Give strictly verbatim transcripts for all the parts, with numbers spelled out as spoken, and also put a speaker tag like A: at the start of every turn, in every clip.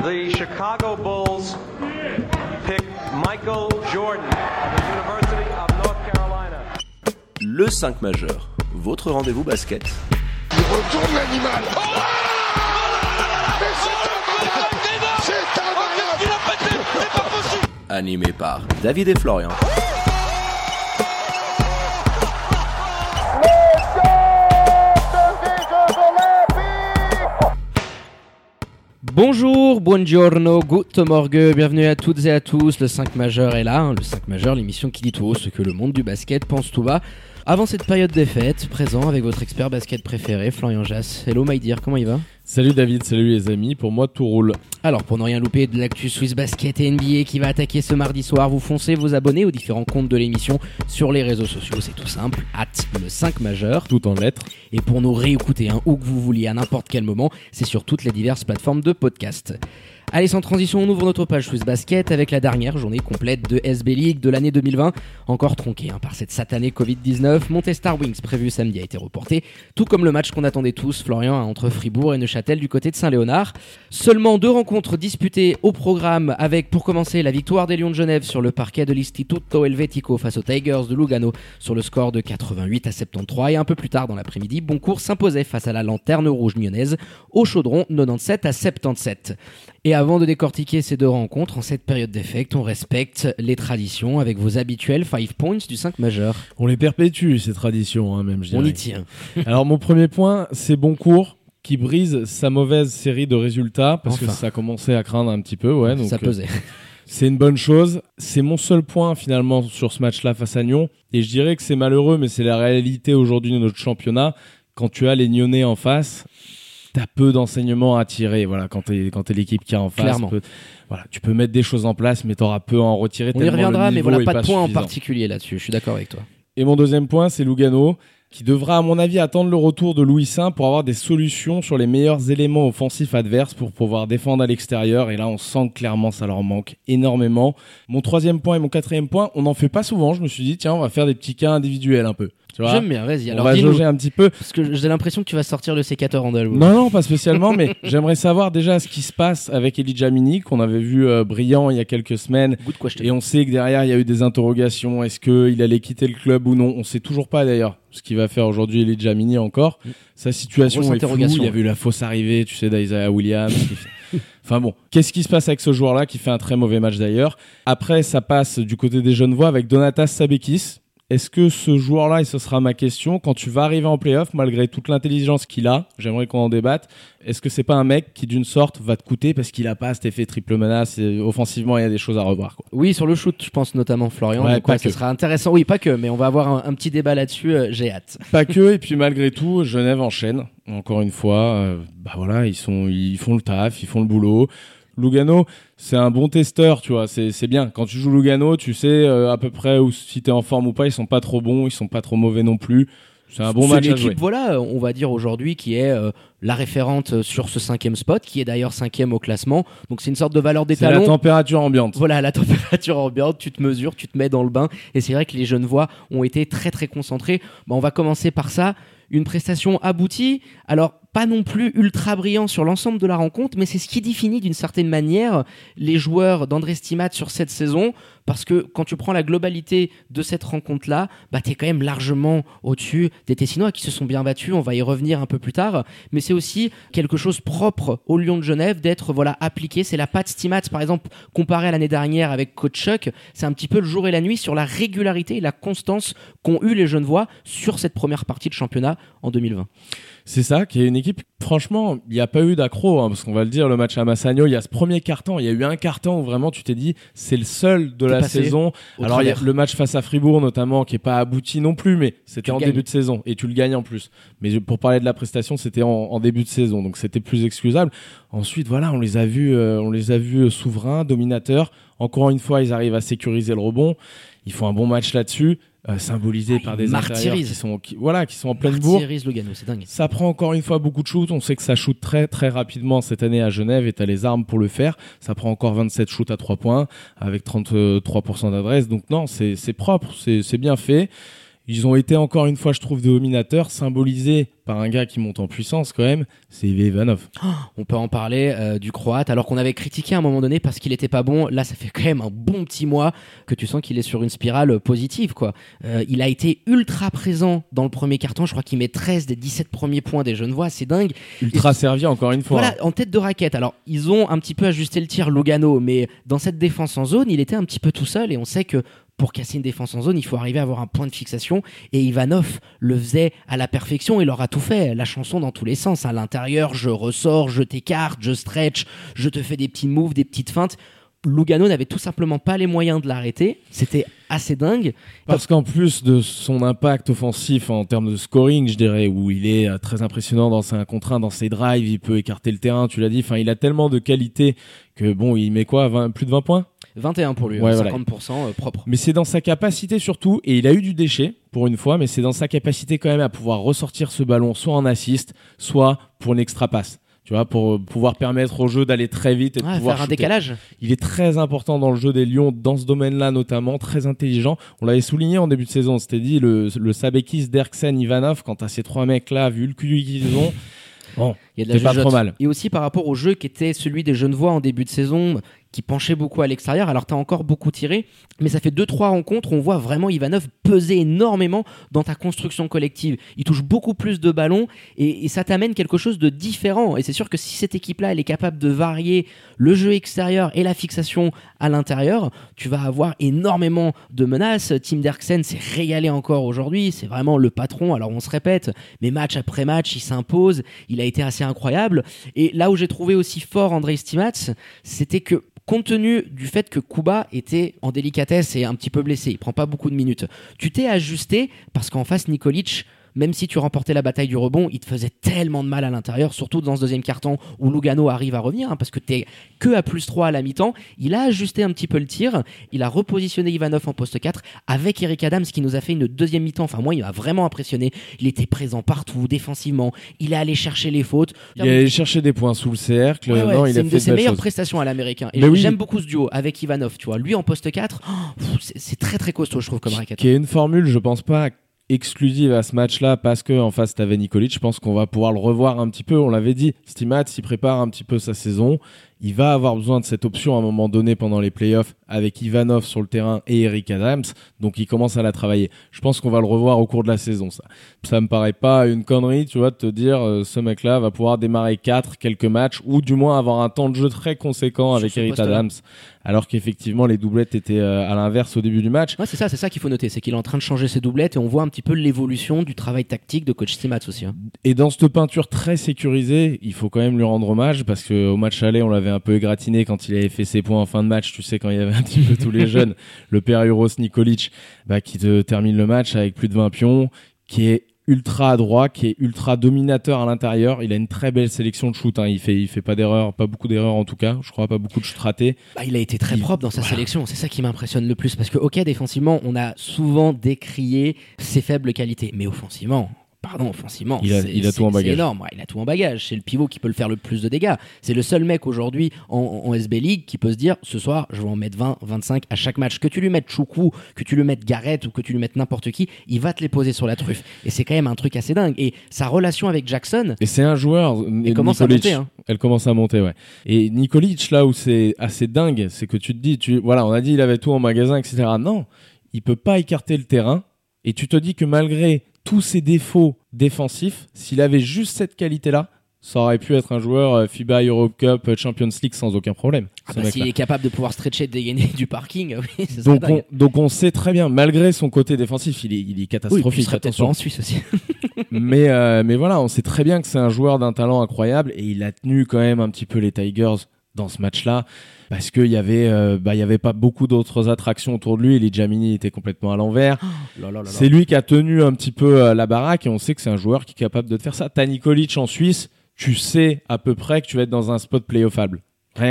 A: the Chicago Bulls pick Michael Jordan of the University of North Carolina.
B: Le cinq majeur, votre rendez-vous basket.
C: Il retourne l'animal. Oh là Mais c'est un malade. C'est un malade. C'est pas possible.
B: Animé par David et Florian.
D: Bonjour, buongiorno, guten morgue, bienvenue à toutes et à tous, le cinq majeur est là, hein, le cinq majeur, l'émission qui dit tout haut ce que le monde du basket pense tout bas. Avant cette période des fêtes, présent avec votre expert basket préféré, Florian Jass. Hello my dear, comment il va ?
E: Salut David, salut les amis, pour moi tout roule.
D: Alors pour ne rien louper de l'actu Swiss Basket et N B A qui va attaquer ce mardi soir, vous foncez vous abonner aux différents comptes de l'émission sur les réseaux sociaux, c'est tout simple, at le cinq majeur.
E: Tout en lettres.
D: Et pour nous réécouter hein, où que vous vouliez à n'importe quel moment, c'est sur toutes les diverses plateformes de podcast. Allez, sans transition, on ouvre notre page Swiss Basket avec la dernière journée complète de S B League de l'année deux mille vingt, encore tronquée hein, par cette satanée covid dix-neuf. Montestar Wings prévu samedi a été reporté, tout comme le match qu'on attendait tous, Florian, hein, entre Fribourg et Neuchâtel du côté de Saint-Léonard. Seulement deux rencontres disputées au programme avec, pour commencer, la victoire des Lions de Genève sur le parquet de l'Istituto Helvético face aux Tigers de Lugano sur le score de quatre-vingt-huit à soixante-treize et un peu plus tard dans l'après-midi, Boncourt s'imposait face à la Lanterne Rouge lyonnaise au Chaudron quatre-vingt-dix-sept à soixante-dix-sept. Et avant de décortiquer ces deux rencontres, en cette période d'effect, on respecte les traditions avec vos habituels five points du cinq majeur.
E: On les perpétue, ces traditions, hein, même, je dirais.
D: On y tient.
E: Alors, mon premier point, c'est Boncourt qui brise sa mauvaise série de résultats, parce enfin. que ça commençait à craindre un petit peu. Ouais, donc,
D: ça pesait.
E: Euh, c'est une bonne chose. C'est mon seul point, finalement, sur ce match-là face à Nyon. Et je dirais que c'est malheureux, mais c'est la réalité aujourd'hui de notre championnat. Quand tu as les Nyonnais en face... T'as peu d'enseignements à tirer, voilà, quand t'es, quand t'es l'équipe qui est en face.
D: Clairement.
E: Peut, voilà, tu peux mettre des choses en place, mais t'auras peu à en retirer.
D: On y reviendra, mais voilà, pas de point
E: suffisant.
D: en particulier là-dessus. Je suis d'accord avec toi.
E: Et mon deuxième point, c'est Lugano, qui devra, à mon avis, attendre le retour de Louis Saint pour avoir des solutions sur les meilleurs éléments offensifs adverses pour pouvoir défendre à l'extérieur. Et là, on sent que clairement, ça leur manque énormément. Mon troisième point et mon quatrième point, on n'en fait pas souvent. Je me suis dit, tiens, on va faire des petits cas individuels un peu. Tu vois,
D: j'aime bien, vas-y.
E: On
D: alors
E: va
D: dis-nous,
E: jauger un petit peu.
D: Parce que j'ai l'impression que tu vas sortir le sécateur andalou.
E: Non, non, pas spécialement, mais j'aimerais savoir déjà ce qui se passe avec Elijah Mini, qu'on avait vu euh, brillant il y a quelques semaines. Et on sait que derrière, il y a eu des interrogations. Est-ce qu'il allait quitter le club ou non ? On sait toujours pas d'ailleurs ce qu'il va faire aujourd'hui Elijah Mini encore. Mmh. Sa situation est floue. Il y a eu la fausse arrivée, tu sais, d'Isaiah Williams. Enfin bon, qu'est-ce qui se passe avec ce joueur-là qui fait un très mauvais match d'ailleurs ? Après, ça passe du côté des Genevois avec Donatas Sabekis. Est-ce que ce joueur-là, et ce sera ma question, quand tu vas arriver en play-off, malgré toute l'intelligence qu'il a, j'aimerais qu'on en débatte, est-ce que c'est pas un mec qui, d'une sorte, va te coûter parce qu'il a pas cet effet triple menace et offensivement, il y a des choses à revoir, quoi.
D: Oui, sur le shoot, je pense notamment, Florian.
E: Ouais,
D: donc,
E: pas
D: ouais,
E: que.
D: Ce sera intéressant. Oui, pas que, mais on va avoir un, un petit débat là-dessus. Euh, j'ai hâte.
E: Pas que, et puis malgré tout, Genève enchaîne. Encore une fois, euh, bah voilà, ils sont, ils font le taf, ils font le boulot. Lugano, c'est un bon testeur, tu vois, c'est, c'est bien. Quand tu joues Lugano, tu sais euh, à peu près où, si t'es en forme ou pas, ils sont pas trop bons, ils sont pas trop mauvais non plus. C'est un bon
D: c'est
E: match à jouer.
D: l'équipe, voilà, on va dire aujourd'hui, qui est euh, la référente sur ce cinquième spot, qui est d'ailleurs cinquième au classement. Donc c'est une sorte de valeur d'étalon.
E: C'est la température ambiante.
D: Voilà, la température ambiante, tu te mesures, tu te mets dans le bain. Et c'est vrai que les Genevois ont été très très concentrés. Bon, on va commencer par ça. Une prestation aboutie, alors pas non plus ultra brillant sur l'ensemble de la rencontre, mais c'est ce qui définit d'une certaine manière les joueurs d'André Stimat sur cette saison, parce que quand tu prends la globalité de cette rencontre-là, bah t'es quand même largement au-dessus des Tessinois qui se sont bien battus, on va y revenir un peu plus tard, mais c'est aussi quelque chose propre au Lions de Genève d'être voilà appliqué, c'est la patte Stimat par exemple comparée à l'année dernière avec Coach Chuck, c'est un petit peu le jour et la nuit sur la régularité et la constance qu'ont eu les Genevois sur cette première partie de championnat en deux mille vingt.
E: C'est ça, qui est une équipe, franchement, il n'y a pas eu d'accro, hein, parce qu'on va le dire, le match à Massagno, il y a ce premier carton, il y a eu un carton où vraiment tu t'es dit, c'est le seul de T'es la saison. Alors il y a le match face à Fribourg notamment, qui n'est pas abouti non plus, mais c'était tu en début de saison, et tu le gagnes en plus. Mais pour parler de la prestation, c'était en, en début de saison, donc c'était plus excusable. Ensuite, voilà, on les a vus, euh, on les a vus euh, souverains, dominateurs. Encore une fois, ils arrivent à sécuriser le rebond. Ils font un bon match là-dessus. Euh, symbolisé ah, par des intérieurs qui sont, qui, voilà, qui sont en pleine bourre.
D: Lugano, c'est dingue.
E: Ça prend encore une fois beaucoup de shoots. On sait que ça shoot très très rapidement cette année à Genève et tu as les armes pour le faire. Ça prend encore vingt-sept shoots à trois points avec trente-trois pour cent d'adresse. Donc non, c'est, c'est propre, c'est, c'est bien fait. Ils ont été encore une fois, je trouve, dominateurs, symbolisés par un gars qui monte en puissance quand même, c'est Ivanov.
D: Oh, on peut en parler euh, du Croate, alors qu'on avait critiqué à un moment donné parce qu'il était pas bon. Là, ça fait quand même un bon petit mois que tu sens qu'il est sur une spirale positive, quoi. Euh, il a été ultra présent dans le premier quart-temps. Je crois qu'il met treize des dix-sept premiers points des Genevois, c'est dingue.
E: Ultra
D: Et,
E: servi encore une fois.
D: Voilà, en tête de raquette. Alors, ils ont un petit peu ajusté le tir, Lugano, mais dans cette défense en zone, il était un petit peu tout seul et on sait que pour casser une défense en zone, il faut arriver à avoir un point de fixation. Et Ivanov le faisait à la perfection. Il aura tout fait. La chanson dans tous les sens. À l'intérieur, je ressors, je t'écarte, je stretch, je te fais des petits moves, des petites feintes. Lugano n'avait tout simplement pas les moyens de l'arrêter. C'était assez dingue.
E: Parce qu'en plus de son impact offensif en termes de scoring, je dirais, où il est très impressionnant dans ses un contre un, dans ses drives, il peut écarter le terrain, tu l'as dit. Enfin, il a tellement de qualité que bon, il met quoi, vingt, plus de vingt points ?
D: vingt et un pour lui,
E: ouais,
D: cinquante pour cent
E: voilà.
D: propre.
E: Mais c'est dans sa capacité surtout, et il a eu du déchet pour une fois, mais c'est dans sa capacité quand même à pouvoir ressortir ce ballon soit en assist, soit pour une extra passe. Tu vois, pour pouvoir permettre au jeu d'aller très vite et de
D: ouais,
E: pouvoir
D: faire un
E: shooter.
D: décalage.
E: Il est très important dans le jeu des Lions, dans ce domaine-là notamment, très intelligent. On l'avait souligné en début de saison, on s'était dit le, le Sabekis, Derksen, Ivanov, quant à ces trois mecs-là, vu le cul qu'ils ont, bon,
D: il y a de la
E: c'est pas trop mal.
D: Et aussi par rapport au jeu qui était celui des Genevois en début de saison, qui penchait beaucoup à l'extérieur. Alors t'as encore beaucoup tiré, mais ça fait deux trois rencontres, on voit vraiment Ivanov peser énormément dans ta construction collective. Il touche beaucoup plus de ballons et, et ça t'amène quelque chose de différent. Et c'est sûr que si cette équipe-là, elle est capable de varier le jeu extérieur et la fixation à l'intérieur, tu vas avoir énormément de menaces. Tim Derksen s'est régalé encore aujourd'hui, c'est vraiment le patron. Alors on se répète, mais match après match, il s'impose, il a été assez incroyable. Et là où j'ai trouvé aussi fort Andrei Stimac, c'était que compte tenu du fait que Kuba était en délicatesse et un petit peu blessé, il prend pas beaucoup de minutes, tu t'es ajusté parce qu'en face Nikolic, même si tu remportais la bataille du rebond, il te faisait tellement de mal à l'intérieur, surtout dans ce deuxième quart-temps où Lugano arrive à revenir, hein, parce que t'es que à plus trois à la mi-temps. Il a ajusté un petit peu le tir, il a repositionné Ivanov en poste quatre avec Eric Adams qui nous a fait une deuxième mi-temps. Enfin, moi, il m'a vraiment impressionné. Il était présent partout, défensivement, il est allé chercher les fautes.
E: Il est allé chercher des points sous le cercle.
D: Ouais, ouais,
E: non,
D: c'est
E: il a
D: une
E: fait
D: de ses meilleures
E: chose.
D: prestations à l'américain. Et
E: Mais oui.
D: j'aime beaucoup ce duo avec Ivanov, tu vois. Lui en poste quatre, oh, c'est, c'est très très costaud, je trouve, comme raquette.
E: Qui est une formule, je pense pas exclusive à ce match-là parce que en face t'avais Nikolic. Je pense qu'on va pouvoir le revoir un petit peu. On l'avait dit, Stimac s'y prépare un petit peu sa saison. Il va avoir besoin de cette option à un moment donné pendant les playoffs avec Ivanov sur le terrain et Eric Adams. Donc il commence à la travailler. Je pense qu'on va le revoir au cours de la saison. Ça, ça me paraît pas une connerie, tu vois, de te dire euh, ce mec-là va pouvoir démarrer quatre quelques matchs ou du moins avoir un temps de jeu très conséquent avec Eric Adams. Alors qu'effectivement les doublettes étaient euh, à l'inverse au début du match.
D: Ouais, c'est ça, c'est ça qu'il faut noter, c'est qu'il est en train de changer ses doublettes et on voit un petit peu l'évolution du travail tactique de coach Stimac aussi. Hein.
E: Et dans cette peinture très sécurisée, il faut quand même lui rendre hommage parce que au match aller, on l'avait un peu égratigné quand il avait fait ses points en fin de match. Tu sais, quand il y avait un petit peu tous les jeunes, le père Uros Nikolic, bah, qui te termine le match avec plus de vingt pions, qui est ultra adroit, qui est ultra dominateur à l'intérieur. Il a une très belle sélection de shoot. Hein. Il fait, il fait pas d'erreurs, pas beaucoup d'erreurs en tout cas. Je crois pas beaucoup de shoot ratés.
D: Bah, il a été très
E: il...
D: propre dans sa
E: voilà.
D: sélection. C'est ça qui m'impressionne le plus parce que, ok, défensivement, on a souvent décrié ses faibles qualités, mais offensivement. Pardon, offensivement,
E: il a,
D: c'est,
E: il a
D: c'est,
E: tout en bagage.
D: C'est énorme, ouais, il a tout en bagage. C'est le pivot qui peut le faire le plus de dégâts. C'est le seul mec aujourd'hui en, en S B League qui peut se dire ce soir, je vais en mettre vingt, vingt-cinq à chaque match. Que tu lui mettes Choukou, que tu lui mettes Garrett ou que tu lui mettes n'importe qui, il va te les poser sur la truffe. Et c'est quand même un truc assez dingue. Et sa relation avec Jackson.
E: Et c'est un joueur.
D: Elle commence à monter. Hein.
E: Elle commence à monter, ouais. Et Nikolic, là où c'est assez dingue, c'est que tu te dis, tu, voilà, on a dit il avait tout en magasin, et cetera. Non, il peut pas écarter le terrain. Et tu te dis que malgré tous ses défauts défensifs, s'il avait juste cette qualité-là, ça aurait pu être un joueur FIBA Europe Cup Champions League sans aucun problème.
D: Ah bah s'il est capable de pouvoir stretcher, de dégainer du parking, oui, c'est
E: donc
D: dingue.
E: on, donc on sait très bien, malgré son côté défensif, il est, il est catastrophique.
D: Oui, il serait peut-être pas en Suisse aussi.
E: mais, euh, mais voilà, on sait très bien que c'est un joueur d'un talent incroyable et il a tenu quand même un petit peu les Tigers dans ce match-là. Parce qu'il y avait, euh, bah, il y avait pas beaucoup d'autres attractions autour de lui. Et Jamini était complètement à l'envers.
D: Oh, là, là, là,
E: c'est lui qui a tenu un petit peu euh, la baraque et on sait que c'est un joueur qui est capable de te faire ça. T'as Nikolic en Suisse, tu sais à peu près que tu vas être dans un spot playoffable. Rien que ça.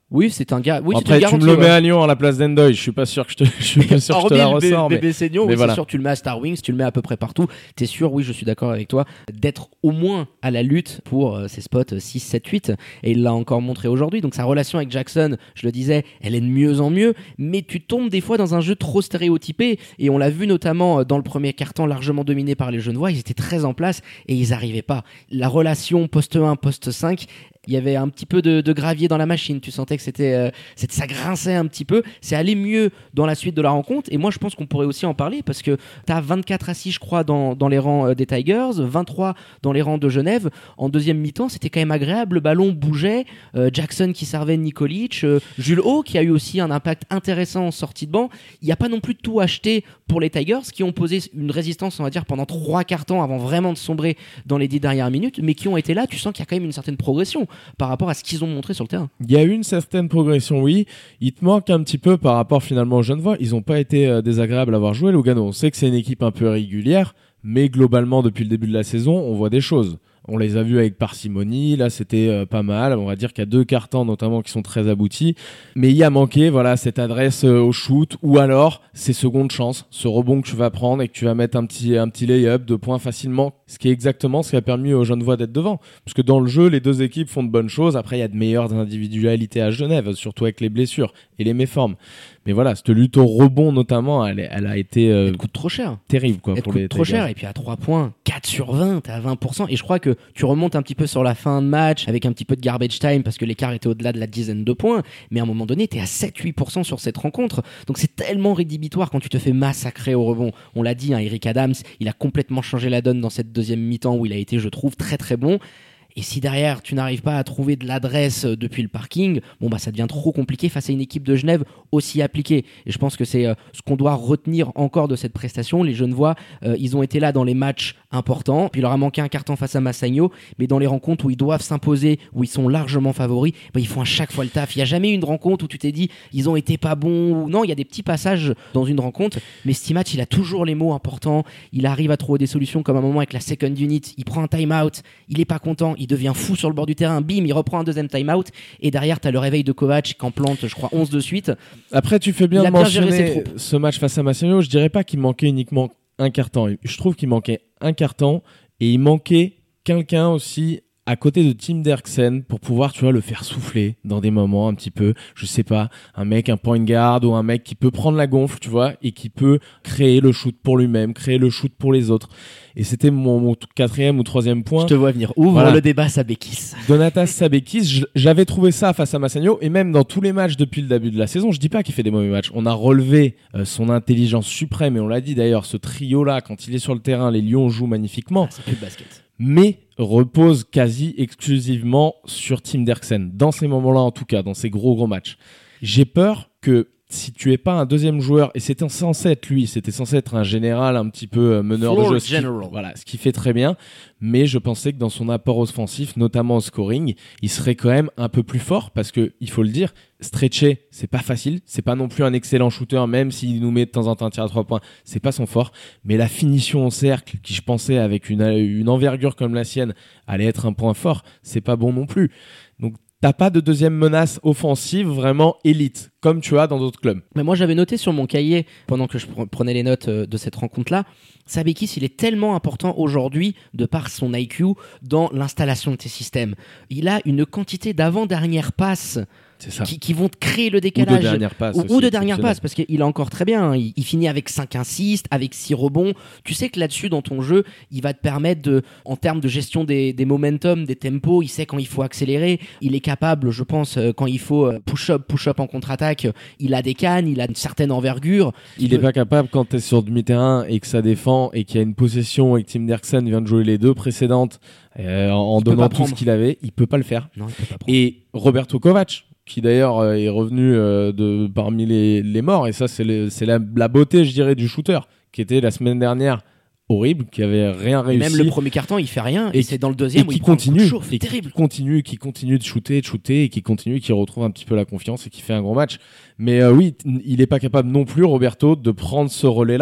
D: Oui, c'est un gars. Oui,
E: Après,
D: c'est
E: tu me le mets à Lyon à la place d'Endoy. Je suis pas sûr que je te, je suis pas sûr que je te la ressors.
D: Mais, mais, mais, Lyon, oui,
E: voilà.
D: c'est sûr, tu le mets à Star Wings, tu le mets à peu près partout. T'es sûr, oui, je suis d'accord avec toi, d'être au moins à la lutte pour euh, ces spots six, sept, huit. Et il l'a encore montré aujourd'hui. Donc sa relation avec Jackson, je le disais, elle est de mieux en mieux. Mais tu tombes des fois dans un jeu trop stéréotypé. Et on l'a vu notamment dans le premier quart-temps, largement dominé par les Genevois. Ils étaient très en place et ils arrivaient pas. La relation poste un, poste cinq, il y avait un petit peu de, de gravier dans la machine. Tu sentais que c'était, euh, c'était, ça grinçait un petit peu. C'est allé mieux dans la suite de la rencontre. Et moi, je pense qu'on pourrait aussi en parler parce que tu as vingt-quatre à six, je crois, dans, dans les rangs euh, des Tigers, vingt-trois dans les rangs de Genève. En deuxième mi-temps, c'était quand même agréable. Le ballon bougeait. Euh, Jackson qui servait Nikolic. Euh, Jules Haut qui a eu aussi un impact intéressant en sortie de banc. Il n'y a pas non plus de tout acheté pour les Tigers qui ont posé une résistance, on va dire, pendant trois quarts temps avant vraiment de sombrer dans les dix dernières minutes, mais qui ont été là. Tu sens qu'il y a quand même une certaine progression par rapport à ce qu'ils ont montré sur le terrain.
E: Il y a eu une certaine progression, oui. Il te manque un petit peu par rapport finalement aux Genevois. Ils n'ont pas été euh, désagréables à avoir joué, Lugano. On sait que c'est une équipe un peu régulière, mais globalement, depuis le début de la saison, on voit des choses. On les a vus avec parcimonie, là c'était euh, pas mal, on va dire qu'il y a deux cartons notamment qui sont très aboutis, mais il y a manqué voilà, cette adresse euh, au shoot, ou alors ces secondes chances, ce rebond que tu vas prendre et que tu vas mettre un petit, un petit lay-up de points facilement, ce qui est exactement ce qui a permis aux Genevois d'être devant. Parce que dans le jeu, les deux équipes font de bonnes choses, après il y a de meilleures individualités à Genève, surtout avec les blessures et les méformes. Mais voilà, cette lutte au rebond notamment, elle, elle a été euh,
D: elle coûte trop cher.
E: Terrible quoi
D: elle
E: pour
D: coûte
E: les
D: trop
E: Tigers.
D: cher, et puis à trois points, quatre sur vingt, t'es à vingt pour cent, et je crois que tu remontes un petit peu sur la fin de match avec un petit peu de garbage time parce que l'écart était au-delà de la dizaine de points, mais à un moment donné, t'es à sept à huit pour cent sur cette rencontre. Donc c'est tellement rédhibitoire quand tu te fais massacrer au rebond. On l'a dit, hein, Eric Adams, il a complètement changé la donne dans cette deuxième mi-temps où il a été, je trouve, très très bon. Et si derrière tu n'arrives pas à trouver de l'adresse depuis le parking, bon bah ça devient trop compliqué face à une équipe de Genève aussi appliquée. Et je pense que c'est euh, ce qu'on doit retenir encore de cette prestation. Les Genevois, euh, ils ont été là dans les matchs importants, puis il leur a manqué un carton face à Massagno, mais dans les rencontres où ils doivent s'imposer, où ils sont largement favoris, bah, ils font à chaque fois le taf. Il n'y a jamais eu une rencontre où tu t'es dit ils ont été pas bons. Non, il y a des petits passages dans une rencontre, mais Stimac, il a toujours les mots importants. Il arrive à trouver des solutions, comme à un moment avec la second unit. Il prend un time-out, il est pas content, il devient fou sur le bord du terrain, bim, il reprend un deuxième time-out, et derrière t'as le réveil de Kovac qui en plante, je crois, onze de suite.
E: Après, tu fais bien de mentionner ce match face à Massagno. Je dirais pas qu'il manquait uniquement un carton. Je trouve qu'il manquait un carton, et il manquait quelqu'un aussi à côté de Tim Derksen pour pouvoir, tu vois, le faire souffler dans des moments un petit peu, je sais pas, un mec, un point guard ou un mec qui peut prendre la gonfle, tu vois, et qui peut créer le shoot pour lui-même, créer le shoot pour les autres. Et c'était mon, mon quatrième ou troisième point.
D: Je te vois venir. Ouvre voilà. Le débat Sabekis.
E: Donatas Sabekis, j'avais trouvé ça face à Massagno, et même dans tous les matchs depuis le début de la saison, je dis pas qu'il fait des mauvais matchs. On a relevé euh, son intelligence suprême, et on l'a dit d'ailleurs, ce trio-là, quand il est sur le terrain, les Lions jouent magnifiquement.
D: Ah, c'est plus le basket.
E: Mais repose quasi exclusivement sur Tim Derksen, dans ces moments-là en tout cas, dans ces gros gros matchs. J'ai peur que si tu es pas un deuxième joueur, et c'était censé être lui, c'était censé être un général un petit peu meneur
D: Floor
E: de jeu, ce qui, voilà, ce qui fait très bien, mais je pensais que dans son apport offensif, notamment au scoring, il serait quand même un peu plus fort, parce que il faut le dire, stretcher, c'est pas facile, c'est pas non plus un excellent shooter, même s'il nous met de temps en temps un tir à trois points, c'est pas son fort, mais la finition au cercle, qui je pensais avec une, une envergure comme la sienne, allait être un point fort, c'est pas bon non plus. Donc t'as pas de deuxième menace offensive vraiment élite, comme tu as dans d'autres clubs.
D: Mais moi, j'avais noté sur mon cahier, pendant que je prenais les notes de cette rencontre-là, Sabekis, il est tellement important aujourd'hui, de par son I Q, dans l'installation de tes systèmes. Il a une quantité d'avant-dernière passe qui, qui vont créer le décalage.
E: Ou de dernière passe.
D: Ou,
E: aussi,
D: ou de dernière passe, parce qu'il est encore très bien. Hein. Il, il finit avec cinq assists, avec six rebonds. Tu sais que là-dessus, dans ton jeu, il va te permettre, de, en termes de gestion des, des momentum, des tempos, il sait quand il faut accélérer. Il est capable, je pense, quand il faut push-up, push-up en contre-attaque, il a des cannes, il a une certaine envergure.
E: Il n'est peut... pas capable quand tu es sur demi-terrain et que ça défend et qu'il y a une possession et que Tim Derksen vient de jouer les deux précédentes euh, en, en donnant tout ce qu'il avait, il peut pas le faire.
D: Non, il peut pas prendre.
E: Et Roberto Kovac, qui d'ailleurs euh, est revenu euh, de, parmi les, les morts, et ça c'est, le, c'est la, la beauté, je dirais, du shooter, qui était la semaine dernière horrible, qui avait rien réussi.
D: Même le premier carton, il fait rien, et, et c'est dans le deuxième
E: et
D: où
E: qui
D: il
E: continue,
D: prend un coup de chauffe,
E: et
D: terrible.
E: Qui continue, qui continue de shooter, de shooter, et qui continue, qui retrouve un petit peu la confiance et qui fait un gros match. Mais euh, oui, il est pas capable non plus, Roberto, de prendre ce relais-là.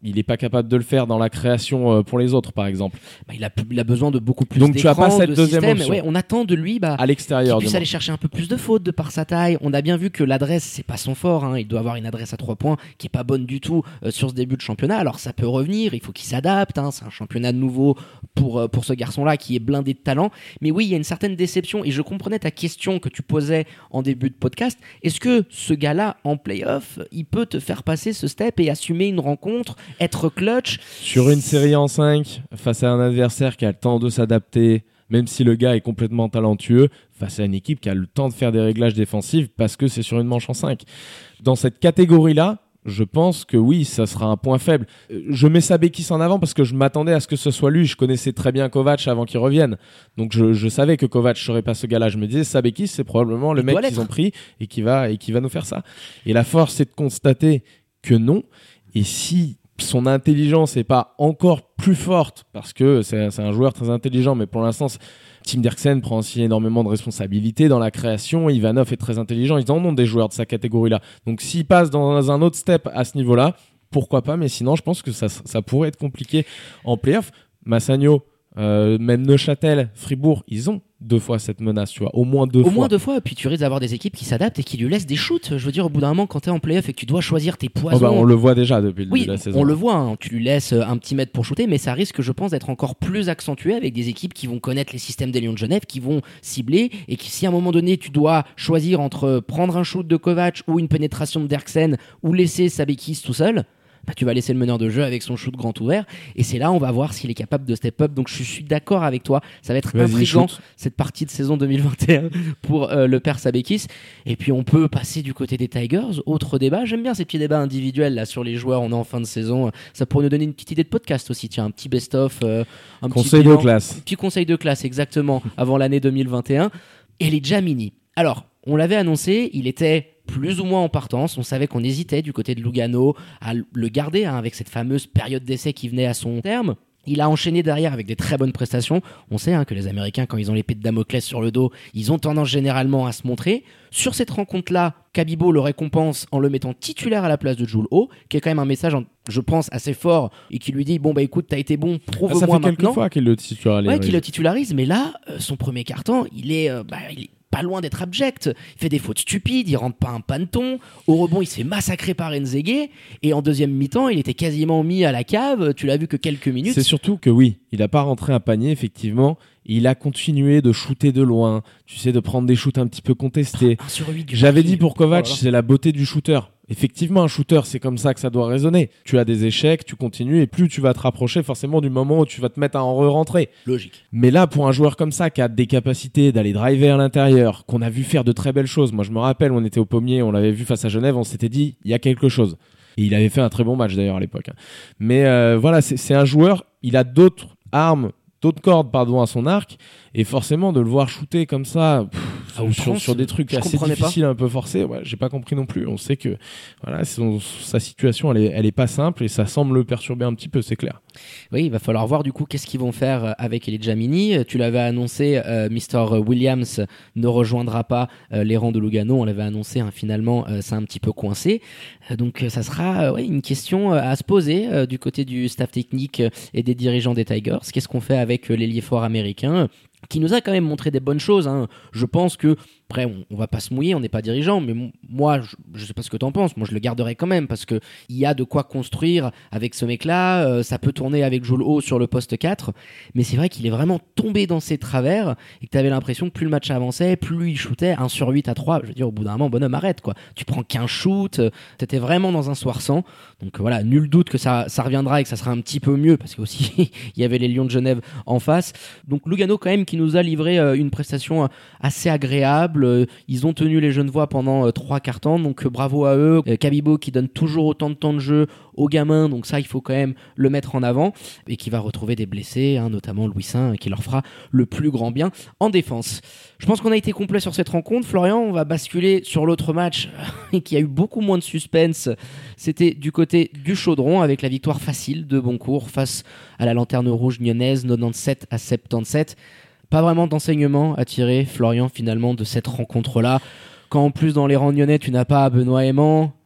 E: il n'est pas capable de le faire dans la création pour les autres, par exemple.
D: Bah, il, a, il a besoin de beaucoup plus
E: Donc
D: d'écran,
E: tu as pas cette
D: de
E: deuxième
D: système.
E: option.
D: Ouais, on attend de lui bah,
E: à l'extérieur.
D: qu'il puisse aller chercher un peu plus de fautes de par sa taille. On a bien vu que l'adresse, c'est pas son fort. Hein. Il doit avoir une adresse à trois points qui est pas bonne du tout euh, sur ce début de championnat. Alors ça peut revenir, il faut qu'il s'adapte. Hein. C'est un championnat nouveau pour, euh, pour ce garçon-là qui est blindé de talent. Mais oui, il y a une certaine déception. Et je comprenais ta question que tu posais en début de podcast. Est-ce que ce gars-là, en play-off, il peut te faire passer ce step et assumer une rencontre, être clutch
E: sur une série en cinq, face à un adversaire qui a le temps de s'adapter, même si le gars est complètement talentueux, face à une équipe qui a le temps de faire des réglages défensifs parce que c'est sur une manche en cinq. Dans cette catégorie-là, je pense que oui, ça sera un point faible. Je mets Sabekis en avant parce que je m'attendais à ce que ce soit lui. Je connaissais très bien Kovac avant qu'il revienne. Donc je, je savais que Kovac serait pas ce gars-là. Je me disais, Sabekis, c'est probablement le
D: Il
E: mec
D: doit
E: qu'ils
D: l'être.
E: ont pris et qui va, et qui va nous faire ça. Et la force, c'est de constater que non. Et si son intelligence n'est pas encore plus forte, parce que c'est, c'est un joueur très intelligent, mais pour l'instant, Tim Derksen prend aussi énormément de responsabilités dans la création. Ivanov est très intelligent. Ils en ont des joueurs de sa catégorie-là. Donc s'il passe dans un autre step à ce niveau-là, pourquoi pas, mais sinon, je pense que ça, ça pourrait être compliqué en play-off. Massagno, euh, même Neuchâtel, Fribourg, ils ont deux fois cette menace, tu vois, au moins deux
D: Au
E: fois.
D: moins deux fois, et puis tu risques d'avoir des équipes qui s'adaptent et qui lui laissent des shoots. Je veux dire, au bout d'un moment, quand t'es en play-off et que tu dois choisir tes poisons.
E: Oh bah, on le voit déjà depuis le
D: oui,
E: début de la saison.
D: on le voit, hein. Tu lui laisses un petit mètre pour shooter, mais ça risque, je pense, d'être encore plus accentué avec des équipes qui vont connaître les systèmes des Lions de Genève, qui vont cibler, et qui, si à un moment donné, tu dois choisir entre prendre un shoot de Kovac ou une pénétration de Derksen ou laisser Sabekis tout seul, bah, tu vas laisser le meneur de jeu avec son shoot grand ouvert, et c'est là on va voir s'il est capable de step up. Donc je suis d'accord avec toi, ça va être
E: Vas-y,
D: intriguant
E: shoot.
D: cette partie de saison deux mille vingt et un pour euh, le père Sabekis. Et puis on peut passer du côté des Tigers, autre débat. J'aime bien ces petits débats individuels là sur les joueurs, on est en fin de saison, ça pourrait nous donner une petite idée de podcast aussi, tiens, un petit best-of, euh, un
E: Conseil
D: petit
E: de
D: bilan,
E: classe.
D: un petit conseil de classe exactement avant l'année deux mille vingt et un. Et les Jamini, alors on l'avait annoncé, il était plus ou moins en partance. On savait qu'on hésitait du côté de Lugano à le garder, hein, avec cette fameuse période d'essai qui venait à son terme. Il a enchaîné derrière avec des très bonnes prestations. On sait hein, que les Américains, quand ils ont l'épée de Damoclès sur le dos, ils ont tendance généralement à se montrer. Sur cette rencontre-là, Kabibo le récompense en le mettant titulaire à la place de Jul Ho, qui est quand même un message, je pense, assez fort, et qui lui dit, bon bah écoute, t'as été bon,
E: Ah,
D: prouve-moi
E: ça fait
D: maintenant.
E: quelques fois qu'il le titularise.
D: Ouais, qu'il le titularise, mais là, euh, son premier carton, il est, euh, bah, il est pas loin d'être abject. Il fait des fautes stupides, il rentre pas un panneton. Au rebond, il se fait massacrer par Nzege. Et en deuxième mi-temps, il était quasiment mis à la cave. Tu l'as vu que quelques minutes.
E: C'est surtout que oui, il n'a pas rentré un panier, effectivement. Il a continué de shooter de loin. Tu sais, de prendre des shoots un petit peu contestés.
D: un sur huit du
E: J'avais
D: marqué.
E: dit pour Kovac,
D: Oh là là.
E: c'est la beauté du shooter. Effectivement, un shooter, c'est comme ça que ça doit résonner. Tu as des échecs, tu continues, et plus tu vas te rapprocher forcément du moment où tu vas te mettre à en re-rentrer.
D: Logique.
E: Mais là, pour un joueur comme ça, qui a des capacités d'aller driver à l'intérieur, qu'on a vu faire de très belles choses. Moi, je me rappelle, on était au Pommier, on l'avait vu face à Genève, on s'était dit, il y a quelque chose. Et il avait fait un très bon match d'ailleurs à l'époque. Mais euh, voilà, c'est, c'est un joueur, il a d'autres armes, d'autres cordes pardon, à son arc, et forcément de le voir shooter comme ça, pff,
D: À
E: sur,
D: outrance,
E: sur des trucs
D: je
E: assez
D: comprenais
E: difficiles, un peu forcés, ouais, j'ai pas compris non plus. On sait que voilà, son, sa situation, elle est, elle est pas simple, et ça semble le perturber un petit peu, c'est clair.
D: Oui, il va falloir voir du coup qu'est-ce qu'ils vont faire avec Eli Jamini. Tu l'avais annoncé, euh, mister Williams ne rejoindra pas euh, les rangs de Lugano. On l'avait annoncé, hein, finalement, euh, c'est un petit peu coincé. Euh, donc euh, ça sera euh, ouais, une question euh, à se poser euh, du côté du staff technique euh, et des dirigeants des Tigers. Qu'est-ce qu'on fait avec euh, l'ailier fort américain qui nous a quand même montré des bonnes choses, hein. Je pense que, après, on, on va pas se mouiller, on n'est pas dirigeant, mais m- moi, je, je sais pas ce que t'en penses, moi je le garderai quand même, parce que il y a de quoi construire avec ce mec-là, euh, ça peut tourner avec Joel Ho sur le poste quatre, mais c'est vrai qu'il est vraiment tombé dans ses travers, et que t'avais l'impression que plus le match avançait, plus il shootait, un sur huit à trois, je veux dire, au bout d'un moment, bonhomme, arrête, quoi. Tu prends qu'un shoot, euh, t'étais vraiment dans un soir sans, donc voilà, nul doute que ça, ça reviendra et que ça sera un petit peu mieux, parce qu'aussi, il y avait les Lions de Genève en face, donc Lugano quand même qui nous a livré euh, une prestation euh, assez agréable. Euh, ils ont tenu les Genevois pendant euh, trois quarts temps, donc euh, bravo à eux. Euh, Kabibo qui donne toujours autant de temps de jeu aux gamins, donc ça il faut quand même le mettre en avant, et qui va retrouver des blessés, hein, notamment Louis Saint, qui leur fera le plus grand bien en défense. Je pense qu'on a été complet sur cette rencontre. Florian, on va basculer sur l'autre match qui a eu beaucoup moins de suspense. C'était du côté du Chaudron avec la victoire facile de Boncourt face à la Lanterne Rouge nyonnaise, quatre-vingt-dix-sept à soixante-dix-sept. Pas vraiment d'enseignement à tirer, Florian, finalement, de cette rencontre-là. Quand en plus, dans les rangs nyonnais, tu n'as pas Benoît Aimant,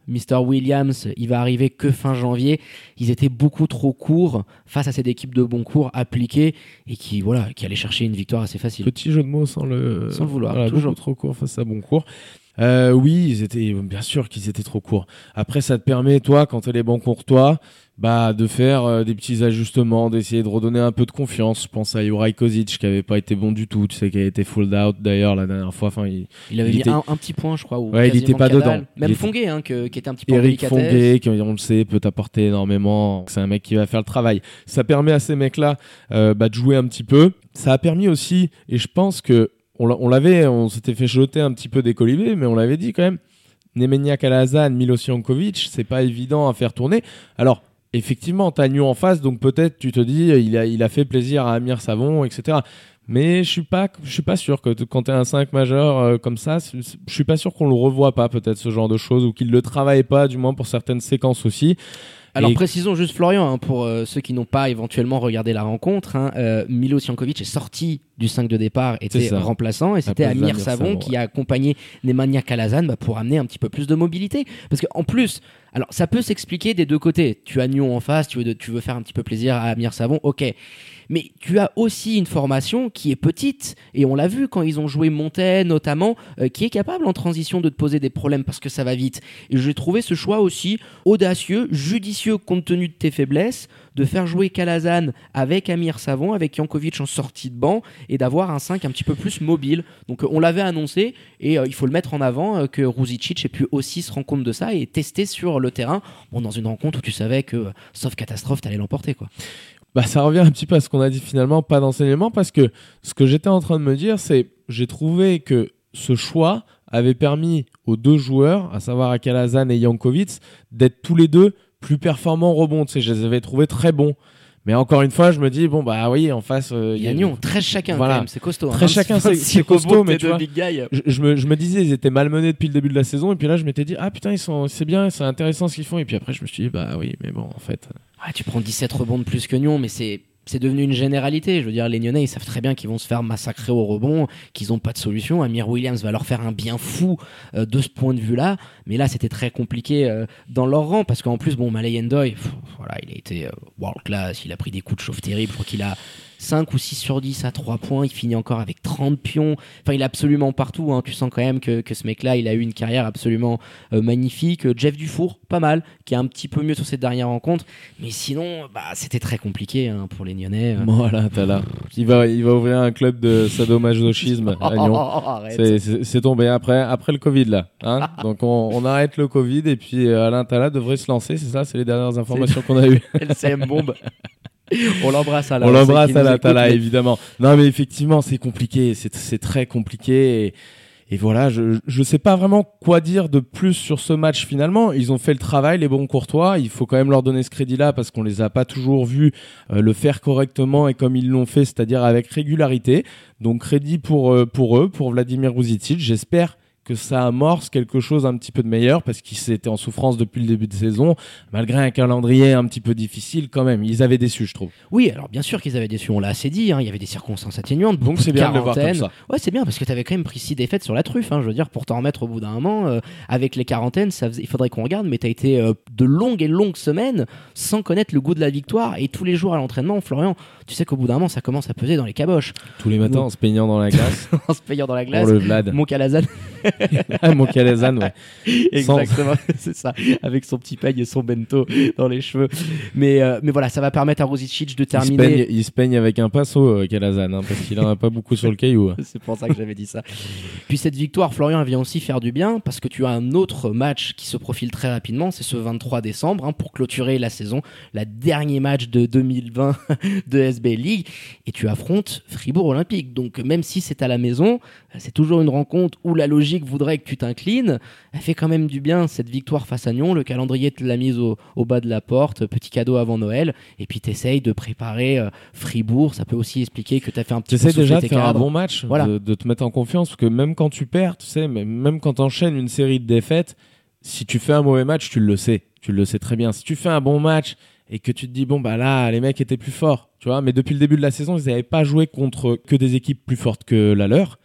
D: mister Williams, il va arriver que fin janvier. Ils étaient beaucoup trop courts face à cette équipe de bon cours appliquée et qui, voilà, qui allait chercher une victoire assez facile.
E: Petit jeu de mots sans le,
D: sans le vouloir.
E: Voilà, toujours trop court face à bon cours. Euh, oui, ils étaient, bien sûr qu'ils étaient trop courts. Après, ça te permet, toi, quand t'es les bons courtois, bah, de faire euh, des petits ajustements, d'essayer de redonner un peu de confiance. Je pense à Juraj Kozic, qui avait pas été bon du tout, tu sais, qui a été fouled out d'ailleurs la dernière fois. Enfin, il,
D: il avait
E: il
D: mis
E: était...
D: un, un petit point, je crois. Ou
E: ouais, il était pas
D: cadal.
E: dedans.
D: Même
E: il
D: Fonguet, hein, que, qui était un petit peu
E: Eric
D: en
E: Fonguet, qui, on le sait, peut t'apporter énormément. C'est un mec qui va faire le travail. Ça permet à ces mecs-là euh, bah, de jouer un petit peu. Ça a permis aussi, et je pense que on l'avait, on s'était fait jeter un petit peu des colibés, mais on l'avait dit quand même, Nemanja Kalazan, Milos Jankovic, c'est pas évident à faire tourner. Alors, effectivement, t'as Nyon en face, donc peut-être tu te dis, il a, il a fait plaisir à Amir Savon, et cetera. Mais je suis pas, je suis pas sûr que t- quand t'es un cinq majeur euh, comme ça, je suis pas sûr qu'on le revoie pas, peut-être ce genre de choses, ou qu'il le travaille pas, du moins pour certaines séquences aussi.
D: Alors
E: et...
D: précisons juste Florian, hein, pour euh, ceux qui n'ont pas éventuellement regardé la rencontre, hein, euh, Milos Jankovic est sorti du cinq de départ, était remplaçant, et c'était Amir Savon qui a accompagné Nemanja Kalazan bah, pour amener un petit peu plus de mobilité. Parce qu'en plus, alors ça peut s'expliquer des deux côtés. Tu as Nyon en face, tu veux, de, tu veux faire un petit peu plaisir à Amir Savon, ok. Mais tu as aussi une formation qui est petite, et on l'a vu quand ils ont joué Montais notamment, euh, qui est capable en transition de te poser des problèmes parce que ça va vite. Et j'ai trouvé ce choix aussi audacieux, judicieux compte tenu de tes faiblesses, de faire jouer Kalazan avec Amir Savon, avec Jankovic en sortie de banc, et d'avoir un cinq un petit peu plus mobile. Donc euh, on l'avait annoncé, et euh, il faut le mettre en avant, euh, que Ruzičić ait pu aussi se rendre compte de ça et tester sur le terrain, bon, dans une rencontre où tu savais que, euh, sauf catastrophe, t'allais l'emporter, quoi.
E: Bah, ça revient un petit peu à ce qu'on a dit finalement, pas d'enseignement, parce que ce que j'étais en train de me dire, c'est j'ai trouvé que ce choix avait permis aux deux joueurs, à savoir à Kalazan et Jankovic, d'être tous les deux plus performants au rebond. Tu sais, je les avais trouvés très bons. Mais encore une fois, je me dis, bon, bah oui, en face. Euh,
D: il y a Nyon, treize chacun, voilà. Quand même, c'est costaud.
E: treize
D: hein,
E: chacun, c'est, c'est costaud, mais tu vois. Je, je, me, je me disais, ils étaient malmenés depuis le début de la saison, et puis là, je m'étais dit, ah putain, ils sont, c'est bien, c'est intéressant ce qu'ils font, et puis après, je me suis dit, bah oui, mais bon, en fait.
D: Ouais, tu prends dix-sept rebonds de plus que Nyon, mais c'est. C'est devenu une généralité. Je veux dire, les Nyonnais, ils savent très bien qu'ils vont se faire massacrer au rebond, qu'ils n'ont pas de solution. Amir Williams va leur faire un bien fou euh, de ce point de vue-là. Mais là, c'était très compliqué euh, dans leur rang parce qu'en plus, bon, Malay Ndoye, voilà, il a été euh, world class. Il a pris des coups de chauffe terribles. Je crois qu'il a cinq ou six sur dix à trois points. Il finit encore avec trente pions. Enfin, il est absolument partout. Hein. Tu sens quand même que, que ce mec-là, il a eu une carrière absolument euh, magnifique. Jeff Dufour, pas mal, qui est un petit peu mieux sur cette dernière rencontre. Mais sinon, bah, c'était très compliqué hein, pour les Nyonnais.
E: Voilà, t'as là. Il va, il va ouvrir un club de sadomasochisme à Nyon.
D: Oh,
E: c'est, c'est, c'est tombé après, après le Covid, là. Hein. Donc, on, on arrête le Covid et puis euh, Alain Tala devrait se lancer. C'est ça, c'est les dernières informations qu'on a eues.
D: L C M bombe. On l'embrasse à la
E: On l'embrasse à la Tala, mais... évidemment. Non, mais effectivement, c'est compliqué. C'est, c'est très compliqué. Et, et voilà, je, je sais pas vraiment quoi dire de plus sur ce match finalement. Ils ont fait le travail, les bons courtois. Il faut quand même leur donner ce crédit-là parce qu'on les a pas toujours vus euh, le faire correctement et comme ils l'ont fait, c'est-à-dire avec régularité. Donc, crédit pour, euh, pour eux, pour Vladimir Ruzičić. J'espère que ça amorce quelque chose un petit peu de meilleur parce qu'ils étaient en souffrance depuis le début de saison, malgré un calendrier un petit peu difficile quand même. Ils avaient déçu, je trouve.
D: Oui, alors bien sûr qu'ils avaient déçu, on l'a assez dit, hein. Il y avait des circonstances atténuantes.
E: Donc c'est bien de le voir comme ça.
D: Ouais, c'est bien parce que tu avais quand même pris six défaites sur la truffe, hein. Je veux dire, pour t'en remettre au bout d'un moment, euh, avec les quarantaines, ça faisait... il faudrait qu'on regarde, mais tu as été euh, de longues et longues semaines sans connaître le goût de la victoire et tous les jours à l'entraînement, Florian, tu sais qu'au bout d'un moment, ça commence à peser dans les caboches.
E: Tous les matins, Donc... en se peignant dans la glace.
D: en se peignant dans la glace.
E: Pour le Vlad.
D: Mon Kalazan.
E: Mon Kalazan, ouais.
D: Exactement, c'est ça. Avec son petit peigne et son bento dans les cheveux. Mais, euh, mais voilà, ça va permettre à Ruzičić de terminer.
E: Il se peigne, il se peigne avec un pinceau, euh, Kalazan, hein, parce qu'il en a pas beaucoup sur le caillou.
D: C'est pour ça que j'avais dit ça. Puis cette victoire, Florian, elle vient aussi faire du bien parce que tu as un autre match qui se profile très rapidement. C'est ce vingt-trois décembre hein, pour clôturer la saison, la dernier match de deux mille vingt de S B League. Et tu affrontes Fribourg Olympique. Donc même si c'est à la maison, c'est toujours une rencontre où la logique voudrait que tu t'inclines. Elle fait quand même du bien cette victoire face à Nyon. Le calendrier te l'a mise au, au bas de la porte, petit cadeau avant Noël. Et puis t'essayes de préparer euh, Fribourg. Ça peut aussi expliquer que t'as fait un petit.
E: T'essayes
D: peu
E: déjà de faire
D: cadres.
E: un bon match, voilà. de, de te mettre en confiance, parce que même quand tu perds, tu sais, même quand t'enchaînes une série de défaites, si tu fais un mauvais match, tu le sais, tu le sais très bien. Si tu fais un bon match et que tu te dis bon bah là les mecs étaient plus forts, tu vois, mais depuis le début de la saison ils n'avaient pas joué contre que des équipes plus fortes que la leur.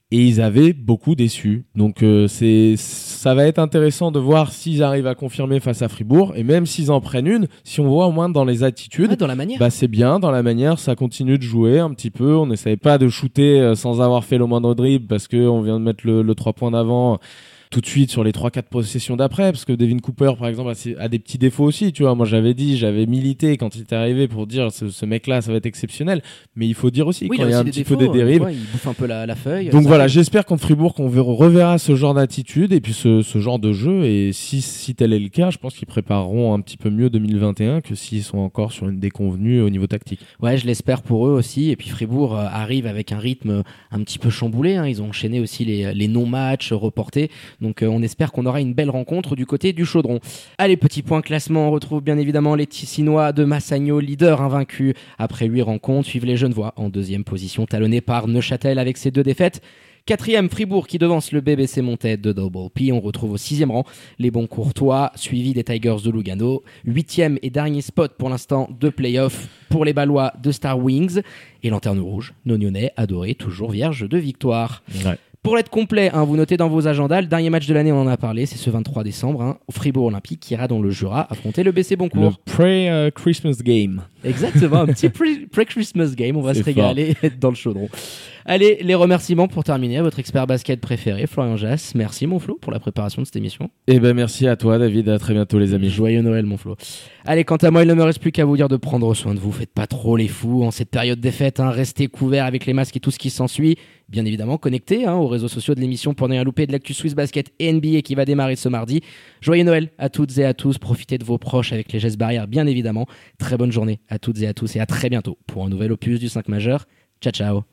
E: Et ils avaient beaucoup déçu. Donc euh, c'est, ça va être intéressant de voir s'ils arrivent à confirmer face à Fribourg. Et même s'ils en prennent une, si on voit au moins dans les attitudes,
D: ah, dans la manière.
E: Bah c'est bien, dans la manière, ça continue de jouer un petit peu. On n'essaye pas de shooter sans avoir fait le moindre dribble parce qu'on vient de mettre le, le trois points d'avant tout de suite sur les trois quatre possessions d'après, parce que Devin Cooper par exemple a, a des petits défauts aussi, tu vois. Moi j'avais dit, j'avais milité quand il était arrivé pour dire ce, ce mec là ça va être exceptionnel, mais il faut dire aussi
D: oui,
E: quand il y a un petit
D: défauts,
E: peu des dérives,
D: ouais, il bouffe un peu la, la feuille.
E: donc voilà, arrive. J'espère contre Fribourg qu'on reverra ce genre d'attitude et puis ce, ce genre de jeu, et si, si tel est le cas, je pense qu'ils prépareront un petit peu mieux deux mille vingt et un que s'ils sont encore sur une déconvenue au niveau tactique.
D: Ouais, je l'espère pour eux aussi, et puis Fribourg euh, arrive avec un rythme un petit peu chamboulé, hein. Ils ont enchaîné aussi les, les non-matchs reportés, donc euh, on espère qu'on aura une belle rencontre du côté du Chaudron. Allez, petit point classement, on retrouve bien évidemment les Ticinois de Massagno, leader invaincu après huit rencontres, suivent les Genevois en deuxième position, talonnés par Neuchâtel avec ses deux défaites. Quatrième, Fribourg qui devance le B B C Montet de Double P. On retrouve au sixième rang les bons Courtois, suivis des Tigers de Lugano. Huitième et dernier spot pour l'instant de play-off pour les Balois de Star Wings. Et Lanterne Rouge, nos Nyonnais adorés, toujours vierges de victoire.
E: Ouais.
D: Pour l'être complet, hein, vous notez dans vos agendas, le dernier match de l'année, on en a parlé, c'est ce vingt-trois décembre, hein, au Fribourg Olympique qui ira dans le Jura affronter le B C Boncourt.
E: Le pre-Christmas game.
D: Exactement, un petit pre-Christmas game, on va
E: c'est
D: se régaler dans le chaudron. Allez, les remerciements pour terminer, à votre expert basket préféré, Florian Jass. Merci mon Flo pour la préparation de cette émission.
E: Eh ben merci à toi David, à très bientôt les amis.
D: Joyeux Noël mon Flo. Allez, quant à moi, il ne me reste plus qu'à vous dire de prendre soin de vous, faites pas trop les fous en cette période des fêtes, hein, restez couverts avec les masques et tout ce qui s'ensuit. Bien évidemment connectés hein, aux réseaux sociaux de l'émission pour ne rien louper de l'actu Swiss Basket et N B A qui va démarrer ce mardi. Joyeux Noël à toutes et à tous, profitez de vos proches avec les gestes barrières bien évidemment. Très bonne journée à toutes et à tous et à très bientôt pour un nouvel opus du cinq majeur. Ciao ciao.